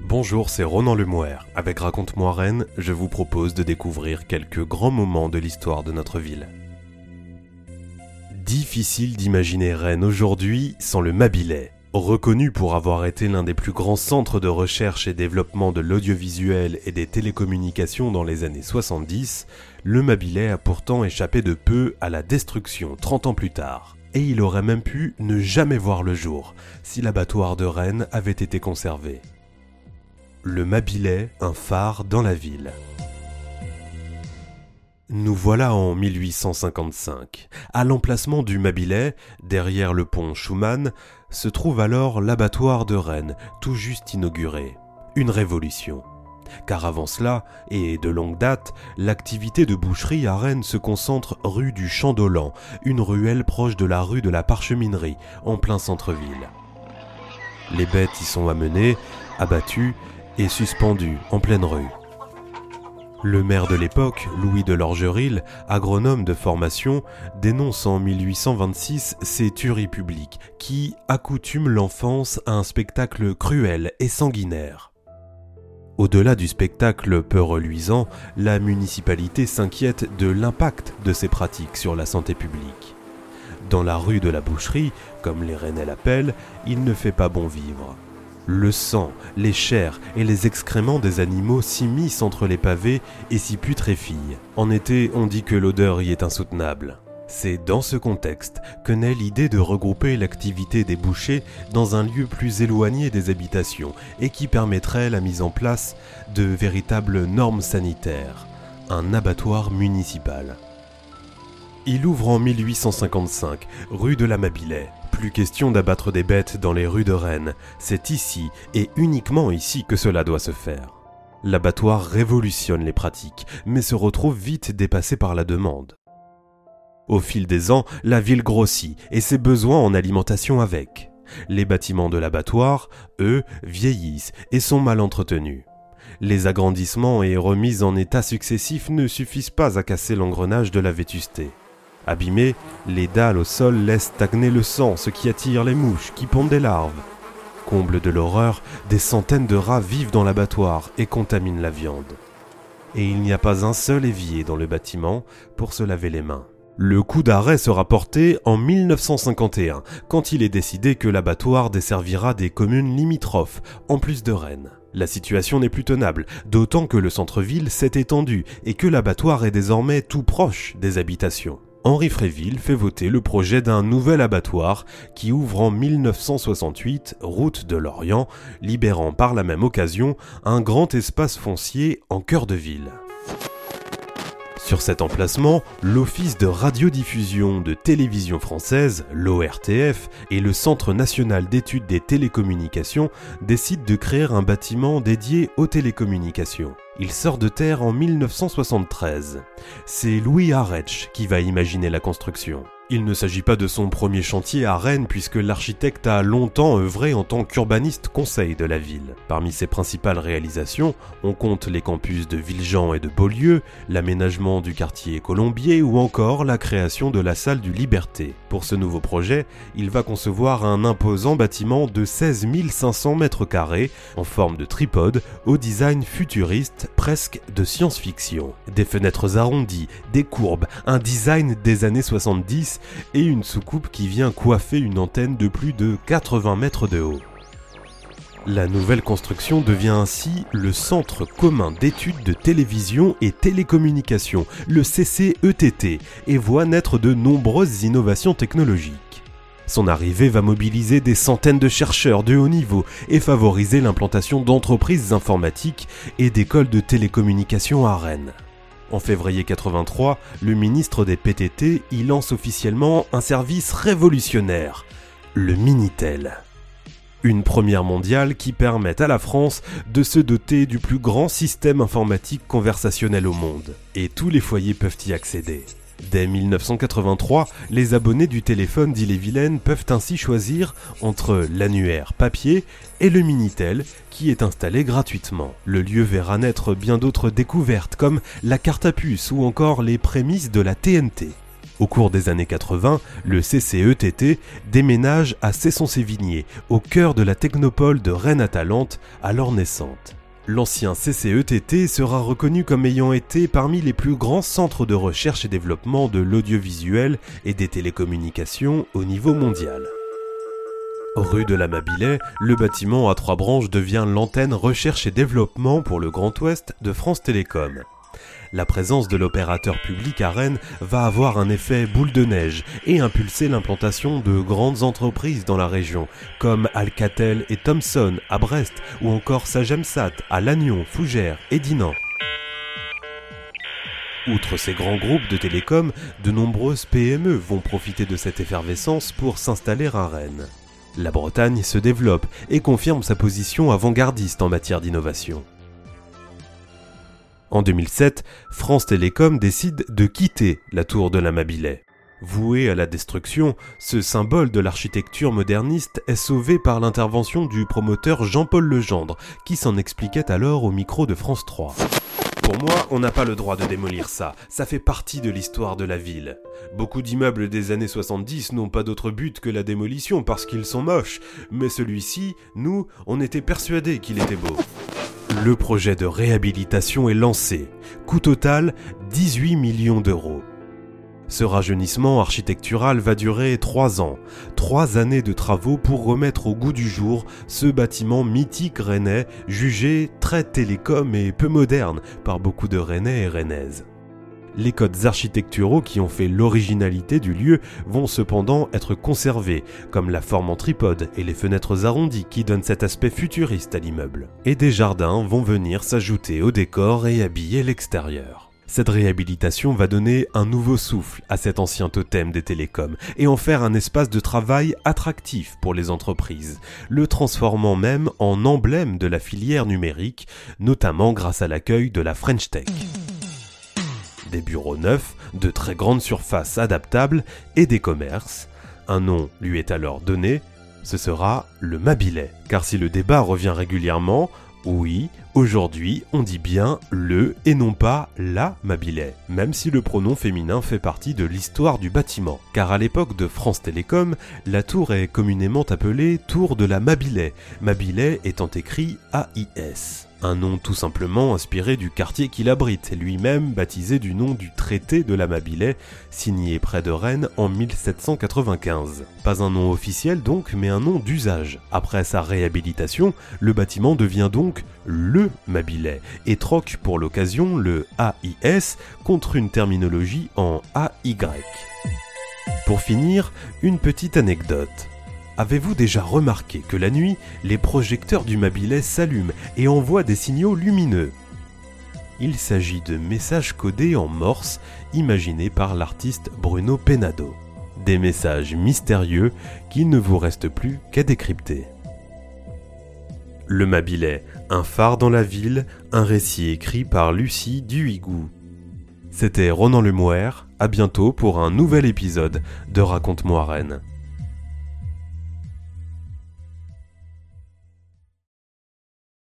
Bonjour, c'est Ronan Lemouer. Avec Raconte-moi Rennes, je vous propose de découvrir quelques grands moments de l'histoire de notre ville. Difficile d'imaginer Rennes aujourd'hui sans le Mabillais. Reconnu pour avoir été l'un des plus grands centres de recherche et développement de l'audiovisuel et des télécommunications dans les années 70, le Mabillais a pourtant échappé de peu à la destruction 30 ans plus tard. Et il aurait même pu ne jamais voir le jour si l'abattoir de Rennes avait été conservé. Le Mabillais, un phare dans la ville. Nous voilà en 1855. À l'emplacement du Mabillais, derrière le pont Schumann, se trouve alors l'abattoir de Rennes, tout juste inauguré. Une révolution. Car avant cela, et de longue date, l'activité de boucherie à Rennes se concentre rue du Champ d'Olhan, une ruelle proche de la rue de la Parcheminerie, en plein centre-ville. Les bêtes y sont amenées, abattues et suspendues en pleine rue. Le maire de l'époque, Louis de Lorgeril, agronome de formation, dénonce en 1826 ces tueries publiques qui accoutument l'enfance à un spectacle cruel et sanguinaire. Au-delà du spectacle peu reluisant, la municipalité s'inquiète de l'impact de ces pratiques sur la santé publique. Dans la rue de la Boucherie, comme les Rennais l'appellent, il ne fait pas bon vivre. Le sang, les chairs et les excréments des animaux s'immiscent entre les pavés et s'y putréfient. En été, on dit que l'odeur y est insoutenable. C'est dans ce contexte que naît l'idée de regrouper l'activité des bouchers dans un lieu plus éloigné des habitations et qui permettrait la mise en place de véritables normes sanitaires, un abattoir municipal. Il ouvre en 1855, rue de la Mabillais. Plus question d'abattre des bêtes dans les rues de Rennes, c'est ici et uniquement ici que cela doit se faire. L'abattoir révolutionne les pratiques, mais se retrouve vite dépassé par la demande. Au fil des ans, la ville grossit et ses besoins en alimentation avec. Les bâtiments de l'abattoir, eux, vieillissent et sont mal entretenus. Les agrandissements et remises en état successifs ne suffisent pas à casser l'engrenage de la vétusté. Abîmés, les dalles au sol laissent stagner le sang, ce qui attire les mouches qui pondent des larves. Comble de l'horreur, des centaines de rats vivent dans l'abattoir et contaminent la viande. Et il n'y a pas un seul évier dans le bâtiment pour se laver les mains. Le coup d'arrêt sera porté en 1951, quand il est décidé que l'abattoir desservira des communes limitrophes, en plus de Rennes. La situation n'est plus tenable, d'autant que le centre-ville s'est étendu et que l'abattoir est désormais tout proche des habitations. Henri Fréville fait voter le projet d'un nouvel abattoir qui ouvre en 1968, route de Lorient, libérant par la même occasion un grand espace foncier en cœur de ville. Sur cet emplacement, l'Office de radiodiffusion de télévision française, l'ORTF, et le Centre national d'études des télécommunications décident de créer un bâtiment dédié aux télécommunications. Il sort de terre en 1973. C'est Louis Arretsch qui va imaginer la construction. Il ne s'agit pas de son premier chantier à Rennes puisque l'architecte a longtemps œuvré en tant qu'urbaniste conseil de la ville. Parmi ses principales réalisations, on compte les campus de Villejean et de Beaulieu, l'aménagement du quartier Colombier ou encore la création de la salle du Liberté. Pour ce nouveau projet, il va concevoir un imposant bâtiment de 16 500 mètres carrés en forme de tripode au design futuriste presque de science-fiction. Des fenêtres arrondies, des courbes, un design des années 70 et une soucoupe qui vient coiffer une antenne de plus de 80 mètres de haut. La nouvelle construction devient ainsi le Centre commun d'études de télévision et télécommunications, le CCETT, et voit naître de nombreuses innovations technologiques. Son arrivée va mobiliser des centaines de chercheurs de haut niveau et favoriser l'implantation d'entreprises informatiques et d'écoles de télécommunications à Rennes. En février 83, le ministre des PTT y lance officiellement un service révolutionnaire, le Minitel. Une première mondiale qui permet à la France de se doter du plus grand système informatique conversationnel au monde. Et tous les foyers peuvent y accéder. Dès 1983, les abonnés du téléphone d'Ille-et-Vilaine peuvent ainsi choisir entre l'annuaire papier et le Minitel qui est installé gratuitement. Le lieu verra naître bien d'autres découvertes comme la carte à puce ou encore les prémices de la TNT. Au cours des années 80, le CCETT déménage à Cesson-Sévigné, au cœur de la technopole de Rennes-Atalante, alors naissante. L'ancien CCETT sera reconnu comme ayant été parmi les plus grands centres de recherche et développement de l'audiovisuel et des télécommunications au niveau mondial. Rue de l'Amabilis, le bâtiment à 3 branches devient l'antenne recherche et développement pour le Grand Ouest de France Télécom. La présence de l'opérateur public à Rennes va avoir un effet boule de neige et impulser l'implantation de grandes entreprises dans la région, comme Alcatel et Thomson à Brest ou encore Sagemsat à Lannion, Fougères et Dinan. Outre ces grands groupes de télécom, de nombreuses PME vont profiter de cette effervescence pour s'installer à Rennes. La Bretagne se développe et confirme sa position avant-gardiste en matière d'innovation. En 2007, France Télécom décide de quitter la tour de l'Amabilis. Voué à la destruction, ce symbole de l'architecture moderniste est sauvé par l'intervention du promoteur Jean-Paul Legendre, qui s'en expliquait alors au micro de France 3. Pour moi, on n'a pas le droit de démolir ça fait partie de l'histoire de la ville. Beaucoup d'immeubles des années 70 n'ont pas d'autre but que la démolition parce qu'ils sont moches, mais celui-ci, nous, on était persuadés qu'il était beau. Le projet de réhabilitation est lancé. Coût total, 18 millions d'euros. Ce rajeunissement architectural va durer 3 ans. 3 années de travaux pour remettre au goût du jour ce bâtiment mythique rennais, jugé très télécom et peu moderne par beaucoup de Rennais et Rennaises. Les codes architecturaux qui ont fait l'originalité du lieu vont cependant être conservés, comme la forme en tripode et les fenêtres arrondies qui donnent cet aspect futuriste à l'immeuble. Et des jardins vont venir s'ajouter au décor et habiller l'extérieur. Cette réhabilitation va donner un nouveau souffle à cet ancien totem des télécoms et en faire un espace de travail attractif pour les entreprises, le transformant même en emblème de la filière numérique, notamment grâce à l'accueil de la French Tech. Des bureaux neufs, de très grandes surfaces adaptables et des commerces. Un nom lui est alors donné, ce sera le Mabilis. Car si le débat revient régulièrement, oui, aujourd'hui on dit bien le et non pas la Mabilis, même si le pronom féminin fait partie de l'histoire du bâtiment. Car à l'époque de France Télécom, la tour est communément appelée tour de la Mabilis, Mabilis étant écrit AIS. Un nom tout simplement inspiré du quartier qu'il abrite, lui-même baptisé du nom du traité de l'Amabilis, signé près de Rennes en 1795. Pas un nom officiel donc, mais un nom d'usage. Après sa réhabilitation, le bâtiment devient donc le Mabilis et troque pour l'occasion le AIS contre une terminologie en AY. Pour finir, une petite anecdote. Avez-vous déjà remarqué que la nuit, les projecteurs du Mabilis s'allument et envoient des signaux lumineux ? Il s'agit de messages codés en morse imaginés par l'artiste Bruno Penado. Des messages mystérieux qu'il ne vous reste plus qu'à décrypter. Le Mabilis, un phare dans la ville, un récit écrit par Lucie Duhigou. C'était Ronan Lemouer, à bientôt pour un nouvel épisode de Raconte-moi Rennes.